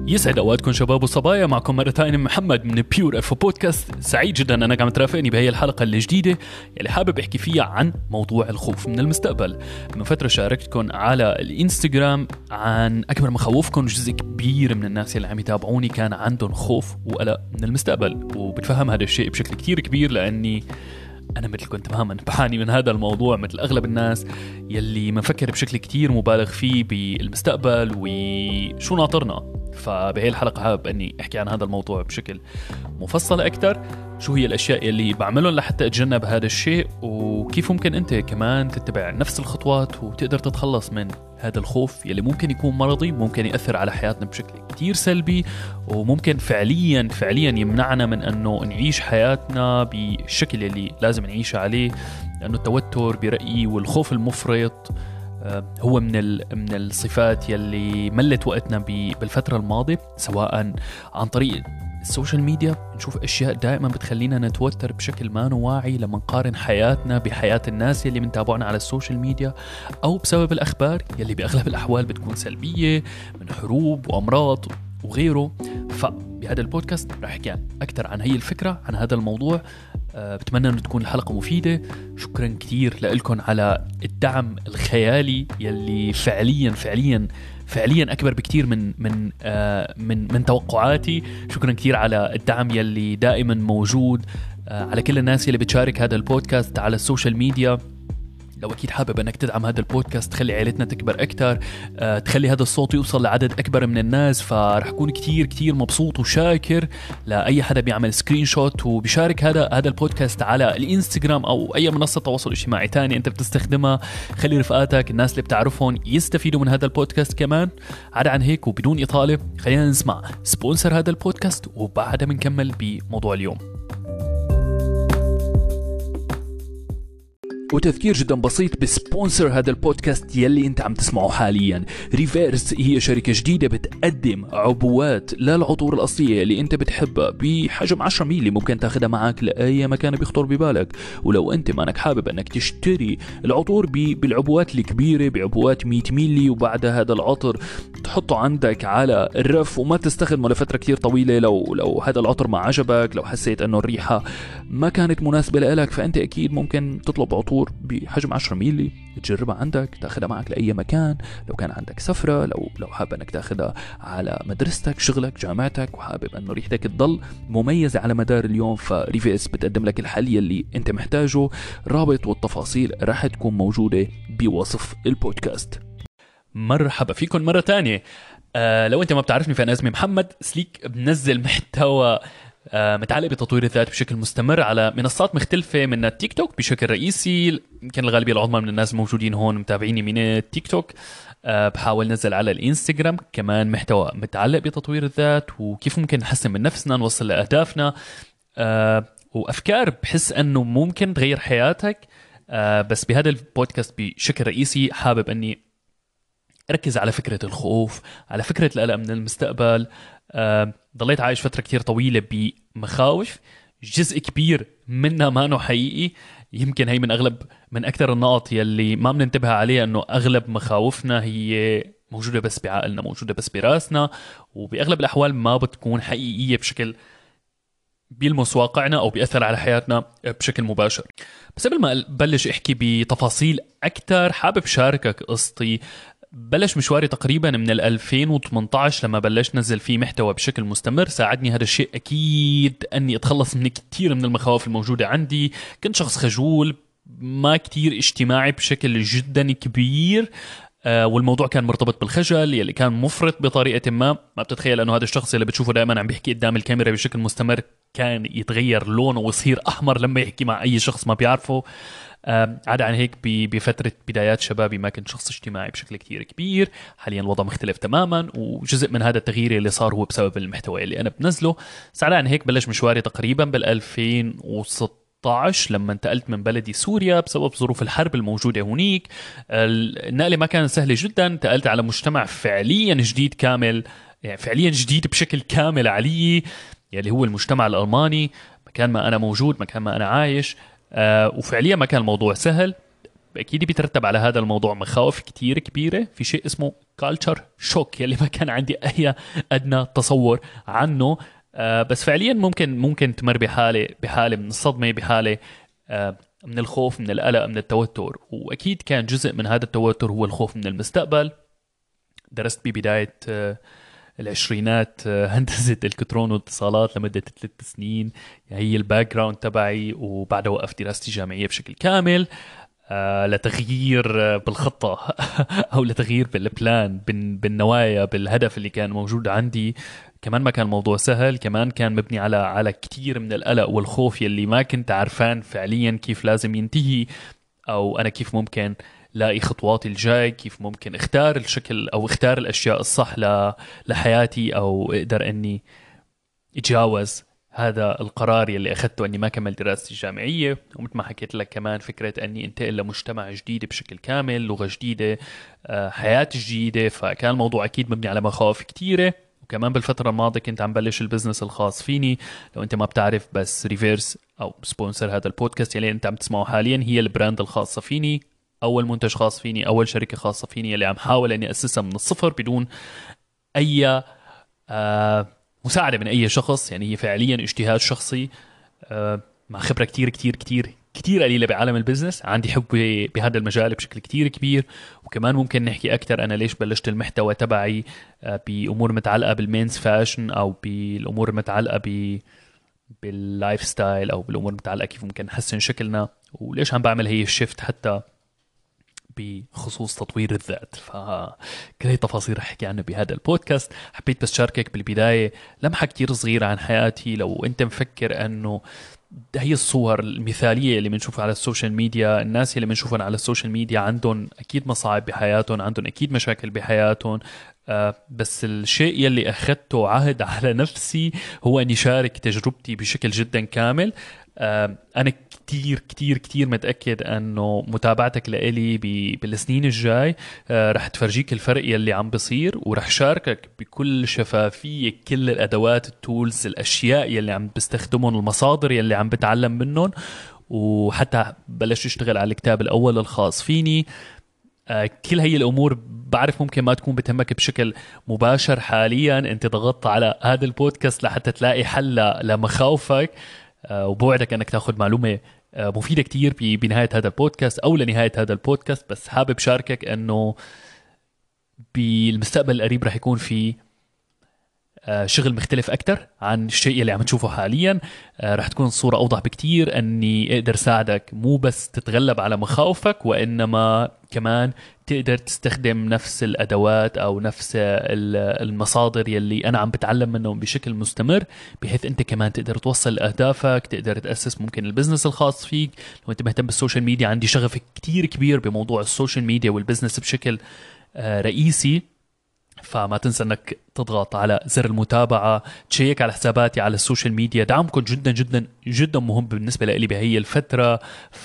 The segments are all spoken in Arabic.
يسعد اوقاتكم شباب وصبايا، معكم مرة ثانية محمد من بيور انفو بودكاست. سعيد جدا انك عم ترافقني بهي الحلقة الجديدة اللي حابب احكي فيها عن موضوع الخوف من المستقبل. من فترة شاركتكم على الانستغرام عن اكبر مخاوفكم. جزء كبير من الناس اللي عم يتابعوني كان عندهم خوف وقلق من المستقبل، وبتفهم هذا الشيء بشكل كتير كبير لاني أنا مثلكم تماما بعاني من هذا الموضوع مثل أغلب الناس يلي منفكر بشكل كتير مبالغ فيه بالمستقبل وشو ناطرنا. فبهي الحلقة حابب أني أحكي عن هذا الموضوع بشكل مفصل أكتر، شو هي الأشياء يلي بعملهم لحتى أتجنب هذا الشيء، وكيف ممكن أنت كمان تتبع نفس الخطوات وتقدر تتخلص من هذا الخوف يلي ممكن يكون مرضي، ممكن يأثر على حياتنا بشكل كتير سلبي، وممكن فعليا يمنعنا من أنه نعيش حياتنا بالشكل يلي لازم نعيش عليه. لأنه التوتر برأيي والخوف المفرط هو من الصفات يلي ملت وقتنا بالفترة الماضية، سواء عن طريق السوشيال ميديا. نشوف أشياء دائما بتخلينا نتوتر بشكل ما نواعي لما نقارن حياتنا بحياة الناس يلي منتابعنا على السوشيال ميديا، أو بسبب الأخبار يلي بأغلب الأحوال بتكون سلبية من حروب وأمراض وغيره. فبهذا البودكاست رح أحكي أكثر عن هي الفكرة، عن هذا الموضوع. بتمنى أن تكون الحلقة مفيدة. شكرا كتير لكم على الدعم الخيالي يلي فعليا أكبر بكتير من توقعاتي. شكرا كتير على الدعم يلي دائما موجود، على كل الناس يلي بتشارك هذا البودكاست على السوشيال ميديا. لو أكيد حابب أنك تدعم هذا البودكاست، تخلي عائلتنا تكبر أكتر، تخلي هذا الصوت يوصل لعدد أكبر من الناس، فرح أكون كتير مبسوط وشاكر لأي حدا بيعمل سكرين شوت وبيشارك هذا البودكاست على الانستغرام أو أي منصة تواصل اجتماعي تاني أنت بتستخدمها. خلي رفقاتك، الناس اللي بتعرفهم، يستفيدوا من هذا البودكاست كمان. عدا عن هيك وبدون إطالة، خلينا نسمع سبونسر هذا البودكاست وبعدها بنكمل بموضوع اليوم. وتذكير جدا بسيط بسبونسر هذا البودكاست يلي انت عم تسمعه حاليا. ريفيرس هي شركة جديدة بتقدم عبوات للعطور الأصلية اللي انت بتحبها بحجم 10 ميلي، ممكن تاخدها معك لأي مكان بيخطر ببالك. ولو انت مانك حابب انك تشتري العطور بالعبوات الكبيرة، بعبوات 100 ميلي، وبعد هذا العطر تحطه عندك على الرف وما تستخدمه لفترة كتير طويلة، لو هذا العطر ما عجبك، لو حسيت انه الريحة ما كانت مناسبة لك، فانت اكيد ممكن تطلب عطور بحجم 10 ميلي تجربها عندك، تاخدها معك لأي مكان. لو كان عندك سفرة، لو حابب أنك تاخدها على مدرستك، شغلك، جامعتك، وحابب أنه ريحتك تضل مميزة على مدار اليوم، فريفيس بتقدم لك الحل اللي أنت محتاجه. رابط والتفاصيل راح تكون موجودة بوصف البودكاست. مرحبا فيكم مرة تانية. لو أنت ما بتعرفني فأنا اسمي محمد سليك، بنزل محتوى متعلق بتطوير الذات بشكل مستمر على منصات مختلفة، من التيك توك بشكل رئيسي. يمكن الغالبية العظمى من الناس الموجودين هون متابعيني من التيك توك. بحاول نزل على الانستغرام كمان محتوى متعلق بتطوير الذات وكيف ممكن نحسن من نفسنا، نوصل لأهدافنا، وأفكار بحس أنه ممكن تغير حياتك. بس بهذا البودكاست بشكل رئيسي حابب أني أركز على فكرة الخوف، على فكرة القلق من المستقبل. ضليت عايش فترة كتير طويلة بمخاوف، جزء كبير منها ما أنه حقيقي. يمكن هي من أكثر النقط يلي ما بننتبه عليها، أنه أغلب مخاوفنا هي موجودة بس بعقلنا، موجودة بس براسنا، وبأغلب الأحوال ما بتكون حقيقية بشكل بيلمس واقعنا أو بيأثر على حياتنا بشكل مباشر. بس قبل ما بلش أحكي بتفاصيل أكتر، حابب شاركك قصتي. بلش مشواري تقريبا من 2018 لما بلش نزل فيه محتوى بشكل مستمر. ساعدني هذا الشيء أكيد أني أتخلص من كتير من المخاوف الموجودة عندي. كنت شخص خجول، ما كتير اجتماعي بشكل جدا كبير، والموضوع كان مرتبط بالخجل يلي كان مفرط بطريقة ما بتتخيل أنه هذا الشخص اللي بتشوفه دائما عم بيحكي قدام الكاميرا بشكل مستمر كان يتغير لونه ويصير أحمر لما يحكي مع أي شخص ما بيعرفه. عدا عن هيك بفترة بدايات شبابي ما كنت شخص اجتماعي بشكل كتير كبير. حاليا الوضع مختلف تماما، وجزء من هذا التغيير اللي صار هو بسبب المحتوى اللي أنا بنزله. عدا عن هيك بلش مشواري تقريبا بال2016 لما انتقلت من بلدي سوريا بسبب ظروف الحرب الموجودة هناك. النقلة ما كانت سهلة جدا. انتقلت على مجتمع فعليا جديد كامل، يعني فعليا جديد بشكل كامل علي، يلي هو المجتمع الألماني، مكان ما أنا موجود، مكان ما أنا عايش. وفعليا ما كان الموضوع سهل. أكيد بيترتب على هذا الموضوع مخاوف كتير كبيرة. في شيء اسمه culture shock يلي ما كان عندي أي أدنى تصور عنه. بس فعليا ممكن تمر بحالة من الصدمة، بحالة من الخوف، من القلق، من التوتر. وأكيد كان جزء من هذا التوتر هو الخوف من المستقبل. درست ببداية العشرينات هندسة الكترون واتصالات لمدة 3 سنين، يعني هي الباك جراوند تبعي. وبعدها وقفت دراستي جامعية بشكل كامل لتغيير بالخطة أو لتغيير بالبلان، بالنوايا، بالهدف اللي كان موجود عندي. كمان ما كان الموضوع سهل، كمان كان مبني على كتير من القلق والخوف يلي ما كنت عارفان فعليا كيف لازم ينتهي، أو أنا كيف ممكن لاقي خطواتي الجاي، كيف ممكن اختار الشكل أو اختار الأشياء الصح لحياتي، أو اقدر أني اتجاوز هذا القرار يلي أخذته أني ما كمل دراستي الجامعية. ومثل ما حكيت لك كمان فكرة أني انتقل لمجتمع جديد بشكل كامل، لغة جديدة، حياة جديدة. فكان الموضوع أكيد مبني على مخاوف كتيرة. وكمان بالفترة الماضية كنت عم بلش البزنس الخاص فيني. لو أنت ما بتعرف، بس ريفيرس أو سبونسر هذا البودكاست يلي أنت عم تسمعه حاليا هي البراند الخاصة فيني، أول منتج خاص فيني، أول شركة خاصة فيني يلي عم حاول أني أسسها من الصفر بدون أي مساعدة من أي شخص. يعني هي فعليا اجتهاد شخصي مع خبرة كتير كتير كتير كتير قليلة بعالم البزنس. عندي حب بهذا المجال بشكل كتير كبير. وكمان ممكن نحكي أكتر أنا ليش بلشت المحتوى تبعي بأمور متعلقة بالمينز فاشن، أو بالأمور متعلقة باللايف ستايل، أو بالأمور متعلقة كيف ممكن نحسن شكلنا، وليش عم بعمل هي الشيفت حتى بخصوص تطوير الذات. فكل هي تفاصيل رح احكي عنها بهذا البودكاست. حبيت بس شاركك بالبداية لمحة كتير صغيرة عن حياتي. لو انت مفكر انه هي الصور المثالية اللي بنشوفها على السوشيال ميديا، الناس اللي بنشوفهم على السوشيال ميديا عندهم أكيد مصاعب بحياتهم، عندهم أكيد مشاكل بحياتهم. بس الشيء يلي أخذته عهد على نفسي هو أني شارك تجربتي بشكل جدا كامل. أنا كتير كتير كتير متأكد أنه متابعتك لإلي بالسنين الجاي رح تفرجيك الفرق يلي عم بصير، ورح شاركك بكل شفافية كل الأدوات، التولز، الأشياء يلي عم بستخدمهم، المصادر يلي عم بتعلم منهم. وحتى بلش اشتغل على الكتاب الأول الخاص فيني. كل هي الأمور بعرف ممكن ما تكون بتهمك بشكل مباشر حاليا. انت ضغطت على هذا البودكاست لحتى تلاقي حل لمخاوفك، وبوعدك انك تاخذ معلومة مفيدة كتير بنهاية هذا البودكاست او لنهاية هذا البودكاست. بس حابب شاركك انه بالمستقبل القريب رح يكون في شغل مختلف أكتر عن الشيء اللي عم تشوفه حاليا. رح تكون الصورة أوضح بكتير، أني أقدر ساعدك مو بس تتغلب على مخاوفك، وإنما كمان تقدر تستخدم نفس الأدوات أو نفس المصادر يلي أنا عم بتعلم منهم بشكل مستمر، بحيث أنت كمان تقدر توصل لأهدافك، تقدر تأسس ممكن البزنس الخاص فيك. لو أنت مهتم بالسوشيال ميديا، عندي شغف كتير كبير بموضوع السوشيال ميديا والبزنس بشكل رئيسي. فما تنسى انك تضغط على زر المتابعة، تشيك على حساباتي على السوشيال ميديا. دعمكم جدا جدا جدا مهم بالنسبة لي بهي الفترة.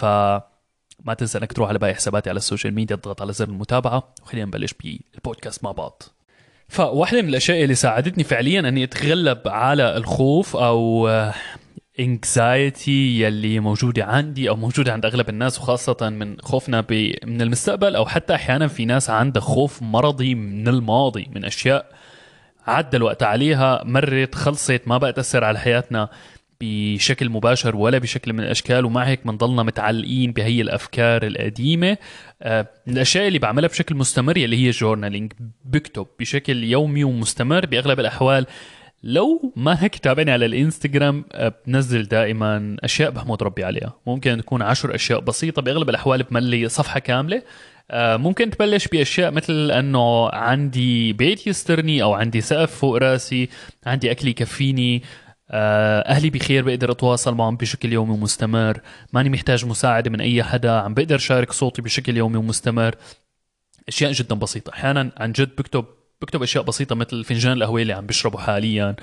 فما تنسى انك تروح على باقي حساباتي على السوشيال ميديا، تضغط على زر المتابعة، وخلينا نبلش بالبودكاست مع بعض. فواحدة من الاشياء اللي ساعدتني فعليا اني اتغلب على الخوف او anxiety يلي موجودة عندي أو موجودة عند أغلب الناس، وخاصة من خوفنا من المستقبل، أو حتى أحيانا في ناس عندها خوف مرضي من الماضي، من أشياء عدى الوقت عليها، مرت، خلصت، ما بقى تأثر على حياتنا بشكل مباشر ولا بشكل من الأشكال. ومع هيك منضلنا متعلقين بهي الأفكار القديمة. من الأشياء اللي بعملها بشكل مستمر اللي هي جورنالينج، بكتب بشكل يومي ومستمر بأغلب الأحوال. لو ما هيك تابعني على الانستغرام، بنزل دائما أشياء بحمد ربي عليها. ممكن تكون 10 أشياء بسيطة، بأغلب الأحوال بملي صفحة كاملة. ممكن تبلش بأشياء مثل أنه عندي بيت يسترني، أو عندي سقف فوق راسي، عندي أكل يكفيني، أهلي بخير، بقدر أتواصل معهم بشكل يومي ومستمر، ماني محتاج مساعدة من أي حدا، عم بقدر شارك صوتي بشكل يومي ومستمر. أشياء جدا بسيطة. أحيانا عن جد بكتب بكتب اشياء بسيطه مثل فنجان القهوه اللي عم بشربه حاليا.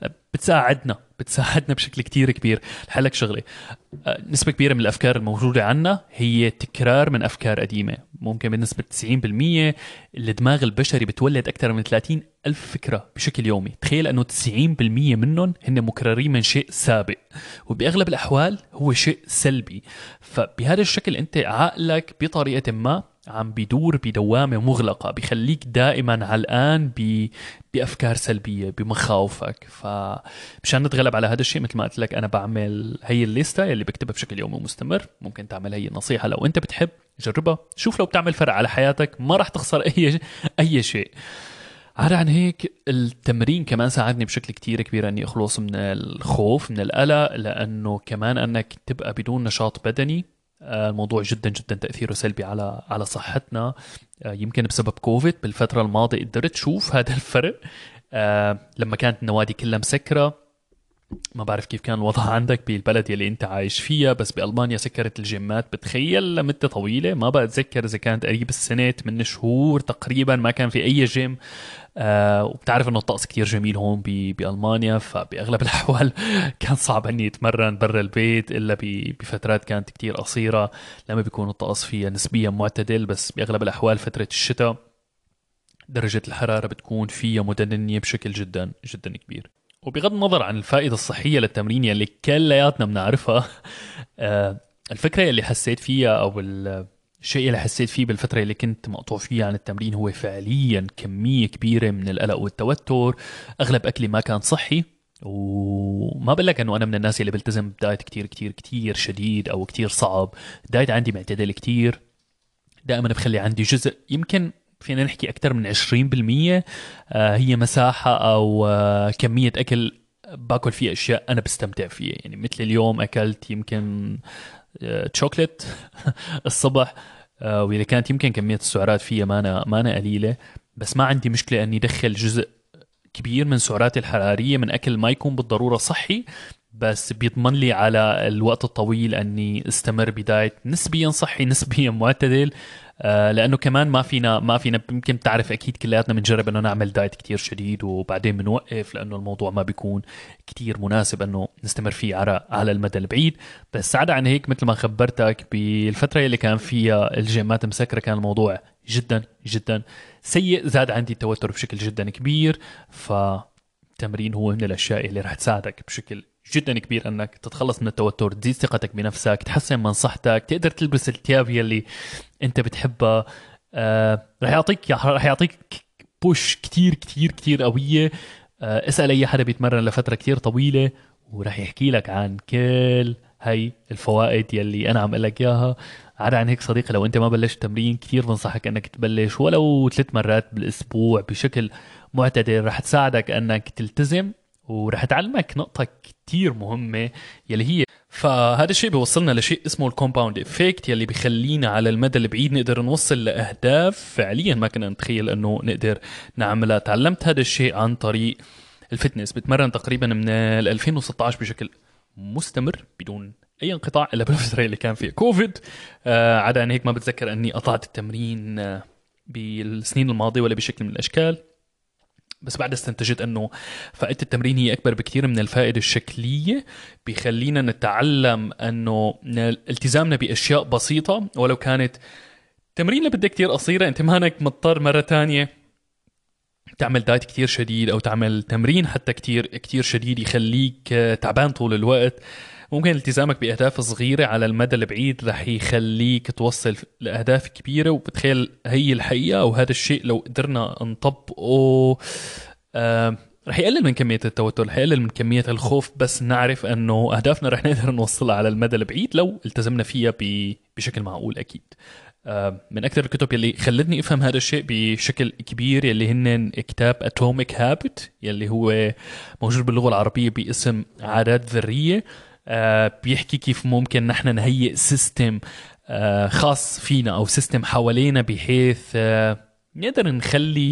بتساعدنا بشكل كتير كبير. لك شغله، نسبة كبيرة من الأفكار الموجودة عنا هي تكرار من أفكار قديمة، ممكن بنسبة 90%. الدماغ البشري بتولد أكثر من 30 ألف فكرة بشكل يومي. تخيل أنه 90% منهم هن مكررين من شيء سابق، وبأغلب الأحوال هو شيء سلبي. فبهذا الشكل أنت عقلك بطريقة ما عم بيدور بدوامة مغلقة، بيخليك دائما علقان بأفكار سلبية، بمخاوفك. فمشان نتغلب على هذا الشيء مثل ما قلت لك أنا بعمل هي الليستة اللي بكتبها بشكل يومي ومستمر. ممكن تعمل هي النصيحة لو أنت بتحب، جربها، شوف لو بتعمل فرق على حياتك، ما راح تخسر أي شيء. عدا عن هيك التمرين كمان ساعدني بشكل كتير كبير أني أخلص من الخوف، من القلق، لأنه كمان أنك تبقى بدون نشاط بدني الموضوع جدا جدا تأثيره سلبي على صحتنا. يمكن بسبب كوفيد بالفترة الماضية قدرت تشوف هذا الفرق. لما كانت النوادي كلها مسكرة. ما بعرف كيف كان الوضع عندك بالبلد يلي انت عايش فيها، بس بألمانيا سكرت الجيمات بتخيل لمدة طويلة. ما بتذكر اذا كانت قريب السنة 8 شهور تقريبا ما كان في اي جيم. وبتعرف انه الطقس كتير جميل هون بألمانيا، فبأغلب الأحوال كان صعب اني اتمرن برا البيت الا بفترات كانت كتير قصيرة لما بيكون الطقس فيها نسبيا معتدل. بس بأغلب الأحوال فترة الشتاء درجة الحرارة بتكون فيها متدنية بشكل جدا جدا كبير. وبغض النظر عن الفائدة الصحية للتمرين يلي كلياتنا بنعرفها، الفكرة يلي حسيت فيها أو الشيء اللي حسيت فيه بالفترة اللي كنت مقطوع فيها عن التمرين هو فعليا كمية كبيرة من القلق والتوتر. أغلب أكلي ما كان صحي، وما بقول لك انه انا من الناس اللي بلتزم بدايت كتير كتير كتير شديد او كتير صعب. دايت عندي معتدل كتير، دائما بخلي عندي جزء يمكن فينا نحكي أكثر من 20% هي مساحة أو كمية أكل باكل فيه أشياء أنا بستمتع فيها. يعني مثل اليوم أكلت يمكن شوكليت الصبح، وإذا كانت يمكن كمية السعرات فيها ما أنا قليلة، بس ما عندي مشكلة أني أدخل جزء كبير من سعراتي الحرارية من أكل ما يكون بالضرورة صحي، بس بيضمن لي على الوقت الطويل أني استمر بدايت نسبيا صحي نسبيا معتدل. لأنه كمان ما فينا يمكن تعرف أكيد كلياتنا بنجرب أنه نعمل دايت كتير شديد وبعدين بنوقف لأنه الموضوع ما بيكون كتير مناسب أنه نستمر فيه على المدى البعيد. بس عدا عن هيك مثل ما خبرتك بالفترة اللي كان فيها الجيمات مسكرة كان الموضوع جدا جدا سيء. زاد عندي التوتر بشكل جدا كبير. فالتمرين هو من الأشياء اللي رح تساعدك بشكل جدا كبير انك تتخلص من التوتر، تزيد ثقتك بنفسك، تحسن من صحتك، تقدر تلبس الثياب يلي انت بتحبها. رح يعطيك بوش كتير كتير كتير قوية. اسأل اي حدا بيتمرن لفترة كتير طويلة ورح يحكي لك عن كل هاي الفوائد يلي انا عم اقول لك اياها. عدا عن هيك صديقي، لو انت ما بلشت تمرين كتير بنصحك انك تبلش ولو 3 مرات بالاسبوع بشكل معتدل. رح تساعدك انك تلتزم ورح تعلمك نقطة كتير مهمة يلي هي فهذا الشيء بيوصلنا لشيء اسمه الكومباوند افكت يلي بيخلينا على المدى البعيد نقدر نوصل لأهداف فعليا ما كنا نتخيل انه نقدر نعملها. تعلمت هذا الشيء عن طريق الفتنس. بتمرن تقريبا من 2016 بشكل مستمر بدون اي انقطاع الا بالفترة اللي كان فيها كوفيد. عدا عن هيك ما بتذكر اني قطعت التمرين بالسنين الماضية ولا بشكل من الاشكال. بس بعد استنتجت أنه فائدة التمرين هي أكبر بكثير من الفائدة الشكلية. بيخلينا نتعلم أنه التزامنا بأشياء بسيطة ولو كانت تمرين بدها كتير قصيرة، أنت مانك مضطر مرة تانية تعمل دايت كتير شديد أو تعمل تمرين حتى كتير شديد يخليك تعبان طول الوقت. ممكن التزامك بأهداف صغيرة على المدى البعيد رح يخليك توصل لأهداف كبيرة. وبتخيل هي الحقيقة وهذا الشيء لو قدرنا نطبقه رح يقلل من كمية التوتر، رح يقلل من كمية الخوف. بس نعرف أنه أهدافنا رح نقدر نوصلها على المدى البعيد لو التزمنا فيها بشكل معقول أكيد. من أكثر الكتب يلي خلتني أفهم هذا الشيء بشكل كبير يلي هن كتاب Atomic Habit يلي هو موجود باللغة العربية باسم عادات ذرية. بيحكي كيف ممكن نحن نهيئ سيستم خاص فينا أو سيستم حوالينا بحيث نقدر نخلي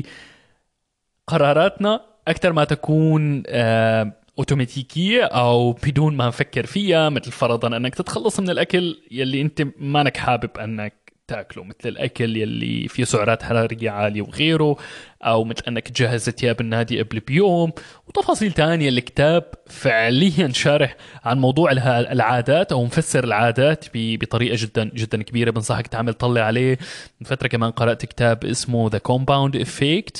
قراراتنا أكثر ما تكون أوتوماتيكية أو بدون ما نفكر فيها. مثل فرضا أنك تتخلص من الأكل يلي أنت مانك حابب أنك تاكله، مثل الأكل يلي فيه سعرات حرارية عالية وغيره. أو مثل أنك تجهز ثياب النادي قبل بيوم وتفاصيل تانية. الكتاب فعليا شارح عن موضوع العادات أو مفسر العادات بطريقة جدا جدا كبيرة. بنصحك تعمل طلع عليه. من فترة كمان قرأت كتاب اسمه The Compound Effect.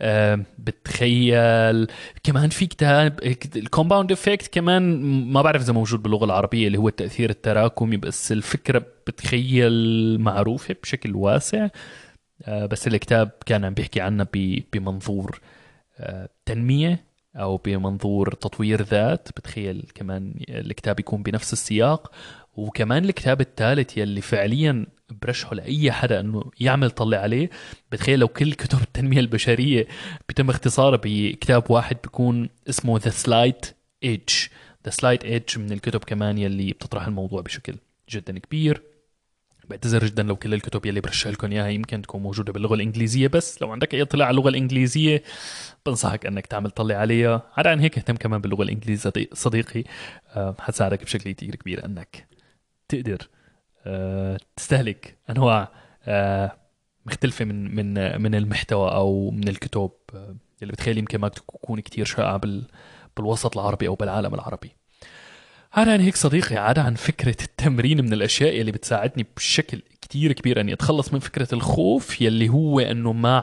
بتخيل كمان في كتاب الكومباوند افكت، كمان ما بعرف اذا موجود باللغه العربيه، اللي هو التاثير التراكمي، بس الفكره بتخيل معروفه بشكل واسع. بس الكتاب كان عم بيحكي عنها بمنظور تنميه او بمنظور تطوير ذات. بتخيل كمان الكتاب يكون بنفس السياق. وكمان الكتاب الثالث يلي فعليا برشحه لأي حدا أنه يعمل طلع عليه. بتخيل لو كل كتب التنمية البشرية بيتم اختصارها بكتاب واحد، بيكون اسمه The Slight Edge. The Slight Edge من الكتب كمان يلي بتطرح الموضوع بشكل جدا كبير. بعتذر جدا لو كل الكتب يلي برشح لكم إياها يمكن تكون موجودة باللغة الإنجليزية، بس لو عندك أي اطلاع على اللغة الإنجليزية بنصحك أنك تعمل طلع عليها. عن هيك اهتم كمان باللغة الإنجليزية صديقي. حتساعدك بشكل كتير كبير أنك تقدر تستهلك أنواع مختلفة من المحتوى أو من الكتب اللي بتخيل يمكن ما تكون كتير شائعة بالوسط العربي أو بالعالم العربي. عن هيك صديقي، عن فكرة التمرين من الأشياء اللي بتساعدني بشكل كتير كبير أني أتخلص من فكرة الخوف، يلي هو أنه ما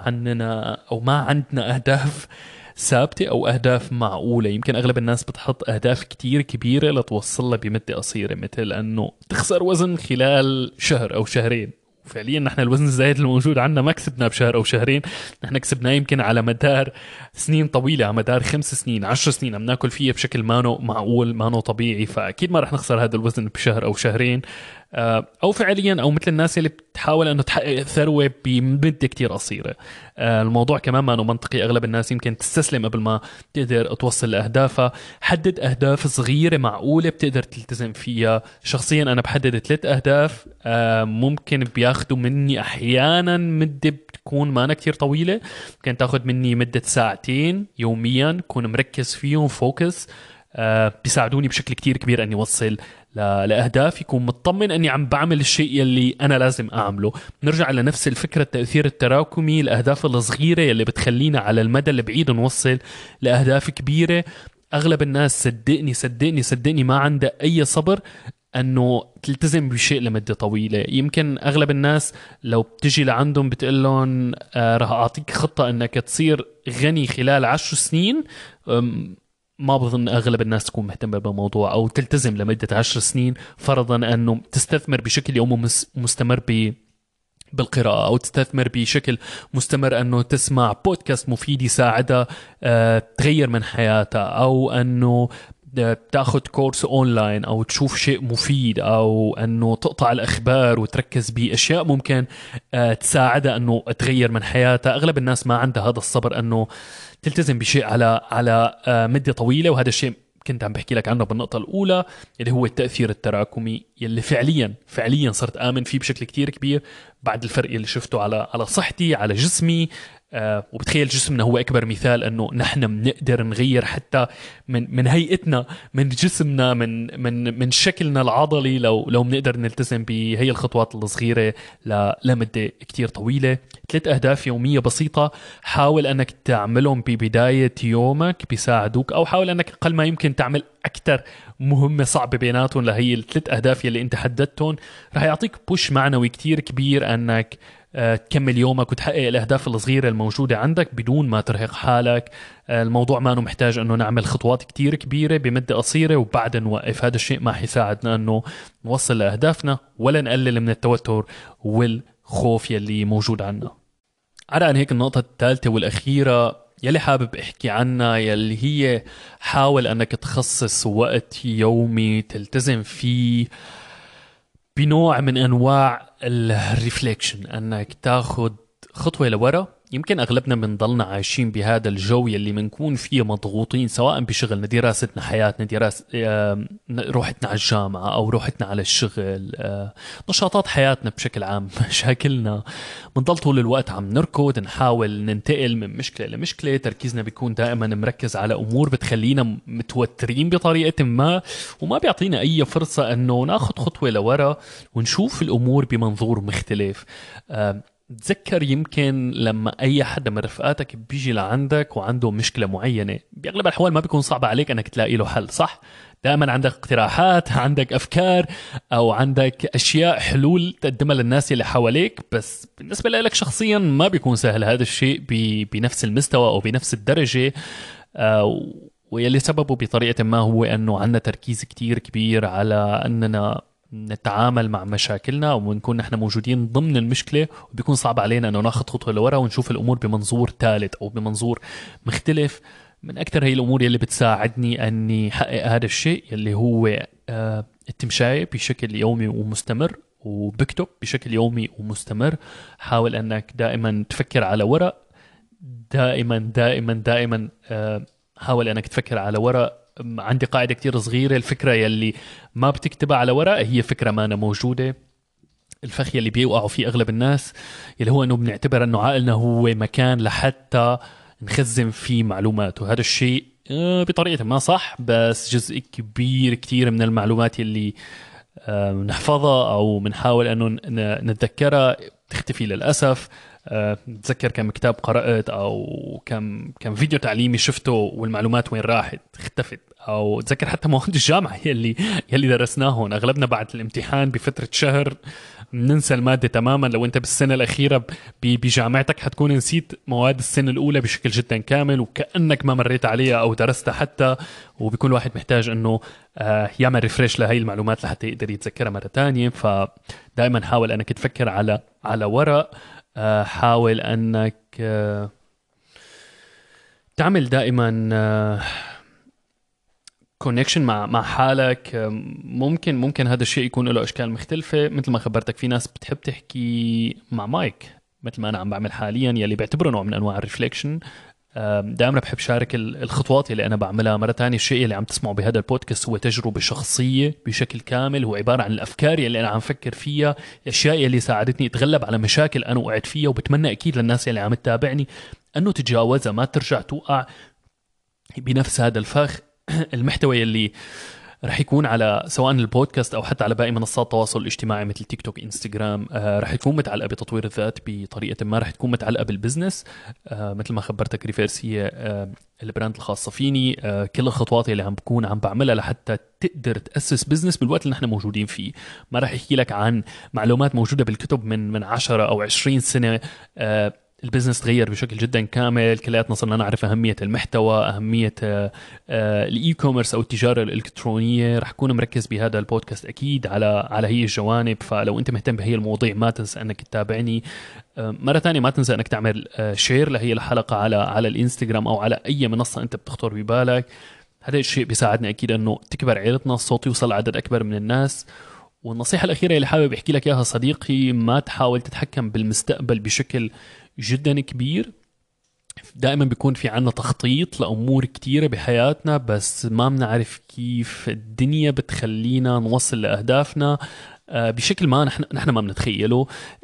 عندنا أهداف ثابتة أو أهداف معقولة. يمكن أغلب الناس بتحط أهداف كتير كبيرة لتوصل لها بمدة قصيرة، مثل أنه تخسر وزن خلال شهر أو شهرين. وفعليا نحن الوزن الزايد الموجود عندنا ما كسبناه بشهر أو شهرين، نحن كسبناه يمكن على مدار سنين طويلة، على مدار 5 سنين 10 سنين عم ناكل فيه بشكل مانو معقول مانو طبيعي. فأكيد ما رح نخسر هذا الوزن بشهر أو شهرين، أو فعليا أو مثل الناس اللي بتحاول أنه تحقق ثروة بمدة كتير قصيرة. الموضوع كمان ما منطقي. أغلب الناس يمكن تستسلم قبل ما تقدر توصل لأهدافها. حدد أهداف صغيرة معقولة بتقدر تلتزم فيها. شخصيا أنا بحدد 3 أهداف ممكن بياخدوا مني أحيانا مدة بتكون ما كتير طويلة، ممكن تاخد مني مدة 2 ساعة يوميا، كون مركز فيهم فوكس. بيساعدوني بشكل كتير كبير أني وصل لأهداف، يكون مطمن أني عم بعمل الشيء يلي أنا لازم أعمله. نرجع لنفس الفكرة، التأثير التراكمي، الأهداف الصغيرة يلي بتخلينا على المدى البعيد نوصل لأهداف كبيرة. أغلب الناس صدقني ما عنده أي صبر أنه تلتزم بشيء لمدة طويلة. يمكن أغلب الناس لو بتجي لعندهم بتقلهم راح أعطيك خطة أنك تصير غني خلال 10 سنين، ما بظن أغلب الناس تكون مهتمة بالموضوع أو تلتزم لمدة 10 سنين، فرضا أنه تستثمر بشكل يومي مستمر بالقراءة، أو تستثمر بشكل مستمر أنه تسمع بودكاست مفيد يساعدها تغير من حياتها، أو أنه تاخد كورس أونلاين، أو تشوف شيء مفيد، أو أنه تقطع الأخبار وتركز بأشياء ممكن تساعدها أنه تغير من حياتها. أغلب الناس ما عندها هذا الصبر أنه تلتزم بشيء على مدة طويلة. وهذا الشيء كنت عم بحكي لك عنه بالنقطة الأولى، اللي هو التأثير التراكمي، يلي فعليا صرت آمن فيه بشكل كتير كبير بعد الفرق اللي شفته على صحتي، على جسمي. وبتخيل جسمنا هو أكبر مثال أنه نحن بنقدر نغير حتى من هيئتنا، من جسمنا، من شكلنا العضلي، لو بنقدر نلتزم بهي الخطوات الصغيرة لمدة كتير طويلة. 3 أهداف يومية بسيطة حاول أنك تعملهم ببداية يومك بيساعدوك، أو حاول أنك أقل ما يمكن تعمل أكتر مهمة صعبة بيناتهم لهي 3 أهداف يلي أنت حددتهم. رح يعطيك بوش معنوي كتير كبير أنك تكمل يومك وتحقق الأهداف الصغيرة الموجودة عندك بدون ما ترهق حالك. الموضوع ما محتاج أنه نعمل خطوات كتير كبيرة بمدة قصيرة وبعد نوقف. هذا الشيء ما حيساعدنا أنه نوصل لأهدافنا ولا نقلل من التوتر والخوف يلي موجود عنا. عن هيك النقطة الثالثة والأخيرة يلي حابب احكي عنها، يلي هي حاول أنك تخصص وقت يومي تلتزم فيه بنوع من أنواع الريفليكشن، أنك تاخد خطوة لورا. يمكن أغلبنا بنضلنا عايشين بهذا الجو يلي منكون فيه مضغوطين، سواء بشغلنا، دراستنا، حياتنا، روحتنا على الجامعة أو روحتنا على الشغل، نشاطات حياتنا بشكل عام، مشاكلنا. بنضل طول الوقت عم نركض نحاول ننتقل من مشكلة لمشكلة. تركيزنا بيكون دائما مركز على أمور بتخلينا متوترين بطريقة ما، وما بيعطينا أي فرصة أنه ناخد خطوة لورا ونشوف الأمور بمنظور مختلف. تذكر يمكن لما أي حد من رفقاتك بيجي لعندك وعنده مشكلة معينة، بأغلب الأحوال ما بيكون صعب عليك أنك تلاقي له حل، صح؟ دائما عندك اقتراحات، عندك أفكار، أو عندك أشياء حلول تقدمها للناس اللي حواليك. بس بالنسبة لك شخصيا ما بيكون سهل هذا الشيء بنفس المستوى أو بنفس الدرجة. ويلي سببه بطريقة ما هو أنه عندنا تركيز كتير كبير على أننا نتعامل مع مشاكلنا ونكون نحن موجودين ضمن المشكلة، وبيكون صعب علينا أنه ناخد خطوة لورا ونشوف الأمور بمنظور ثالث أو بمنظور مختلف. من أكثر هي الأمور يلي بتساعدني أني حقق هذا الشيء يلي هو التمشاية بشكل يومي ومستمر، وبكتب بشكل يومي ومستمر. حاول أنك دائما تفكر على ورق، دائما دائما دائما حاول أنك تفكر على ورق. عندي قاعدة كتير صغيرة: الفكرة يلي ما بتكتبها على ورق هي فكرة ما موجودة. الفخ يلي بيوقعوا فيه أغلب الناس يلي هو أنه بنعتبر أنه عقلنا هو مكان لحتى نخزن فيه معلومات، وهذا الشيء بطريقة ما صح. بس جزء كبير كتير من المعلومات يلي نحفظها أو بنحاول أنه نتذكرها تختفي للأسف. تذكر كم كتاب قرأت أو كم فيديو تعليمي شفته والمعلومات وين راحت، اختفت. أو تذكر حتى مواد الجامعة يلي درسناهم، أغلبنا بعد الامتحان بفترة شهر ننسى المادة تماما. لو أنت بالسنة الأخيرة بجامعتك حتكون نسيت مواد السنة الأولى بشكل جدا كامل وكأنك ما مريت عليها أو درستها حتى. وبيكون الواحد محتاج أنه يعمل ريفريش لهي المعلومات لحتى يقدر يتذكرها مرة تانية. فدائما حاول أنك تفكر على ورق. حاول أنك تعمل دائما كونكشن مع حالك. ممكن هذا الشيء يكون له أشكال مختلفة. مثل ما خبرتك في ناس بتحب تحكي مع مايك مثل ما أنا عم بعمل حاليا، يلي بعتبره نوع من أنواع الريفليكشن. دائما بحب شارك الخطوات اللي أنا بعملها. مرة تانية الشيء اللي عم تسمعه بهذا البودكاست هو تجربة شخصية بشكل كامل، هو عبارة عن الأفكار اللي أنا عم فكر فيها، الأشياء اللي ساعدتني أتغلب على مشاكل أنا وقعت فيها. وبتمنى أكيد للناس اللي عم تتابعني أنه تتجاوزها، ما ترجع توقع بنفس هذا الفخ. المحتوى اللي رح يكون على سواء البودكاست أو حتى على باقي منصات التواصل الاجتماعي مثل تيك توك، انستغرام، رح تكون متعلقة بتطوير الذات بطريقة ما، رح تكون متعلقة بالبزنس. مثل ما خبرتك ريفيرس هي البراند الخاصة فيني. كل الخطوات اللي عم بكون عم بعملها لحتى تقدر تأسس بزنس بالوقت اللي نحن موجودين فيه. ما رح يحكي لك عن معلومات موجودة بالكتب من 10 أو 20 سنة. البزنس تغير بشكل جدا كامل، كلياتنا صرنا نعرف أهمية المحتوى، أهمية الإي كوميرس أو التجارة الإلكترونية. رح أكون مركز بهذا البودكاست أكيد على هي الجوانب. فلو أنت مهتم بهي المواضيع ما تنسى أنك تتابعني. مرة تانية ما تنسى أنك تعمل شير لهي الحلقة على الإنستغرام أو على أي منصة أنت بتخطر ببالك. هذا الشيء بيساعدنا أكيد أنه تكبر عائلتنا، الصوت يوصل لعدد أكبر من الناس. والنصيحة الأخيرة اللي حابب أحكي لك إياها صديقي: ما تحاول تتحكم بالمستقبل بشكل جدا كبير. دائما بيكون في عنا تخطيط لأمور كتيرة بحياتنا، بس ما بنعرف كيف الدنيا بتخلينا نوصل لأهدافنا بشكل ما نحن ما بنتخيله.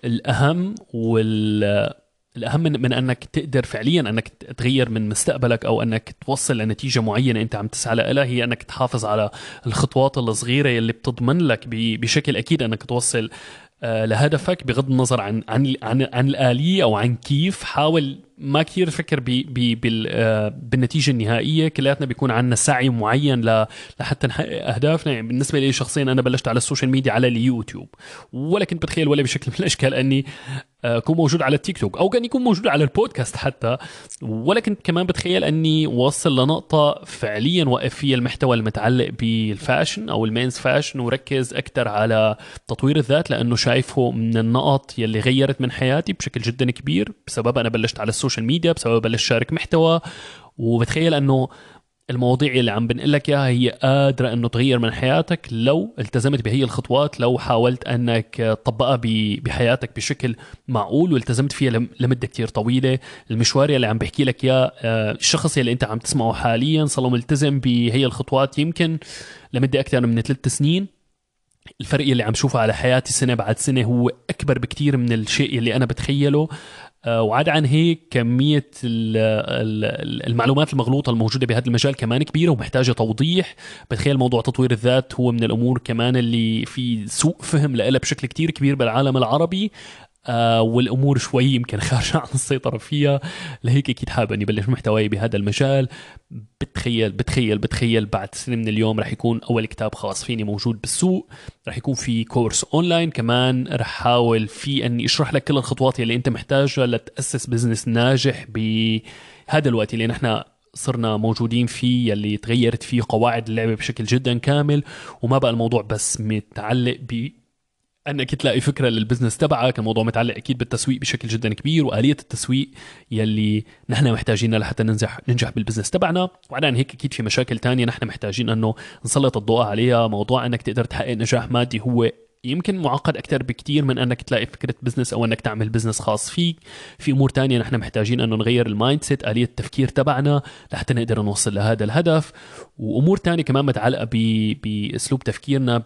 الأهم من أنك تقدر فعليا أنك تغير من مستقبلك أو أنك توصل لنتيجة معينة أنت عم تسعى لها، هي أنك تحافظ على الخطوات الصغيرة اللي بتضمن لك بشكل أكيد أنك توصل لهدفك، بغض النظر عن الآلية أو عن كيف. حاول ما كثير تفكر بالنتيجة النهائية. كلياتنا بيكون عنا سعي معين لحتى نحقق أهدافنا. يعني بالنسبة لي شخصيا أنا بلشت على السوشيال ميديا على اليوتيوب، ولا كنت بتخيل ولا بشكل من الأشكال أني أكون موجود على التيك توك أو كان يكون موجود على البودكاست حتى، ولا كنت كمان بتخيل أني وصل لنقطة فعليا وقف فيها المحتوى المتعلق بالفاشن أو المينز فاشن وركز أكتر على تطوير الذات، لأنه شايفه من النقط يلي غيرت من حياتي بشكل جدا كبير بسبب أنا بلشت على السوشيال ميديا، بسبب بلشت شارك محتوى. وبتخيل أنه المواضيع اللي عم بنقلك إياها هي قادرة أنه تغير من حياتك لو التزمت بهي الخطوات، لو حاولت أنك تطبقها بحياتك بشكل معقول والتزمت فيها لمدة كتير طويلة. المشوار اللي عم بحكي لك إياه الشخص اللي أنت عم تسمعه حاليا صار ملتزم بهي الخطوات يمكن لمدة أكثر من 3 سنين. الفرق اللي عم شوفه على حياتي سنة بعد سنة هو أكبر بكتير من الشيء اللي أنا بتخيله. وعاد عن هيك كمية المعلومات المغلوطة الموجودة بهذا المجال كمان كبيرة ومحتاجة توضيح. بتخيل موضوع تطوير الذات هو من الأمور كمان اللي في سوء فهم لها بشكل كتير كبير بالعالم العربي. والأمور شوي يمكن خارجة عن السيطرة فيها. لهيك أكيد حابب أني بلش محتواي بهذا المجال. بتخيل بعد سنة من اليوم رح يكون أول كتاب خاص فيني موجود بالسوق، رح يكون في كورس أونلاين كمان، رح حاول في أني أشرح لك كل الخطوات اللي أنت محتاجها لتأسس بزنس ناجح بهذا الوقت اللي نحن صرنا موجودين فيه، يلي تغيرت فيه قواعد اللعبة بشكل جدا كامل، وما بقى الموضوع بس متعلق انك تلاقي فكره للبزنس تبعك. الموضوع متعلق اكيد بالتسويق بشكل جدا كبير، واليه التسويق يلي نحن محتاجينها لحتى ننجح بالبزنس تبعنا. وعلى هيك اكيد في مشاكل تانية نحن محتاجين انه نسلط الضوء عليها. موضوع انك تقدر تحقق نجاح مادي هو يمكن معقد اكثر بكتير من انك تلاقي فكره بزنس او انك تعمل بزنس خاص فيك. في امور تانية نحن محتاجين انه نغير المايند سيت، اليه التفكير تبعنا لحتى نقدر نوصل لهذا الهدف. وامور تانية كمان متعلقه باسلوب تفكيرنا،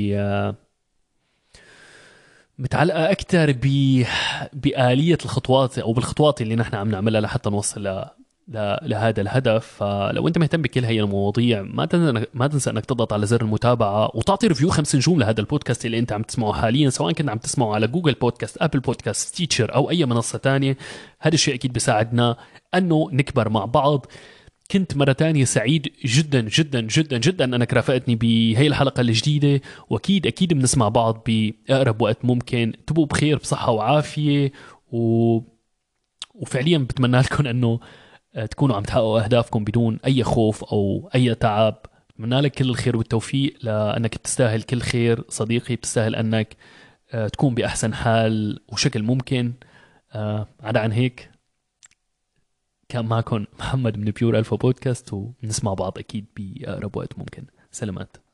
متعلقة أكتر بآلية الخطوات أو بالخطوات اللي نحن عم نعملها لحتى نوصل لهذا الهدف. فلو أنت مهتم بكل هاي المواضيع ما تنسى أنك تضغط على زر المتابعة وتعطي ريفيو 5 نجوم لهذا البودكاست اللي أنت عم تسمعه حاليا، سواء كنت عم تسمعه على جوجل بودكاست، أبل بودكاست، تيتشر أو أي منصة تانية. هذا الشيء أكيد بيساعدنا أنه نكبر مع بعض. كنت مرة تانية سعيد جدا جدا جدا جدا أنك رافقتني بهي الحلقة الجديدة، وأكيد بنسمع بعض بأقرب وقت ممكن. تبقوا بخير بصحة وعافية، وفعليا بتمنى لكم أنه تكونوا عم تحققوا أهدافكم بدون أي خوف أو أي تعب. بتمنى لك كل الخير والتوفيق، لأنك بتستاهل كل خير صديقي، بتستاهل أنك تكون بأحسن حال وشكل ممكن. عدا عن هيك كان معكم محمد من بيور ألفا بودكاست، ونسمع بعض أكيد بأقرب وقت ممكن. سلامات.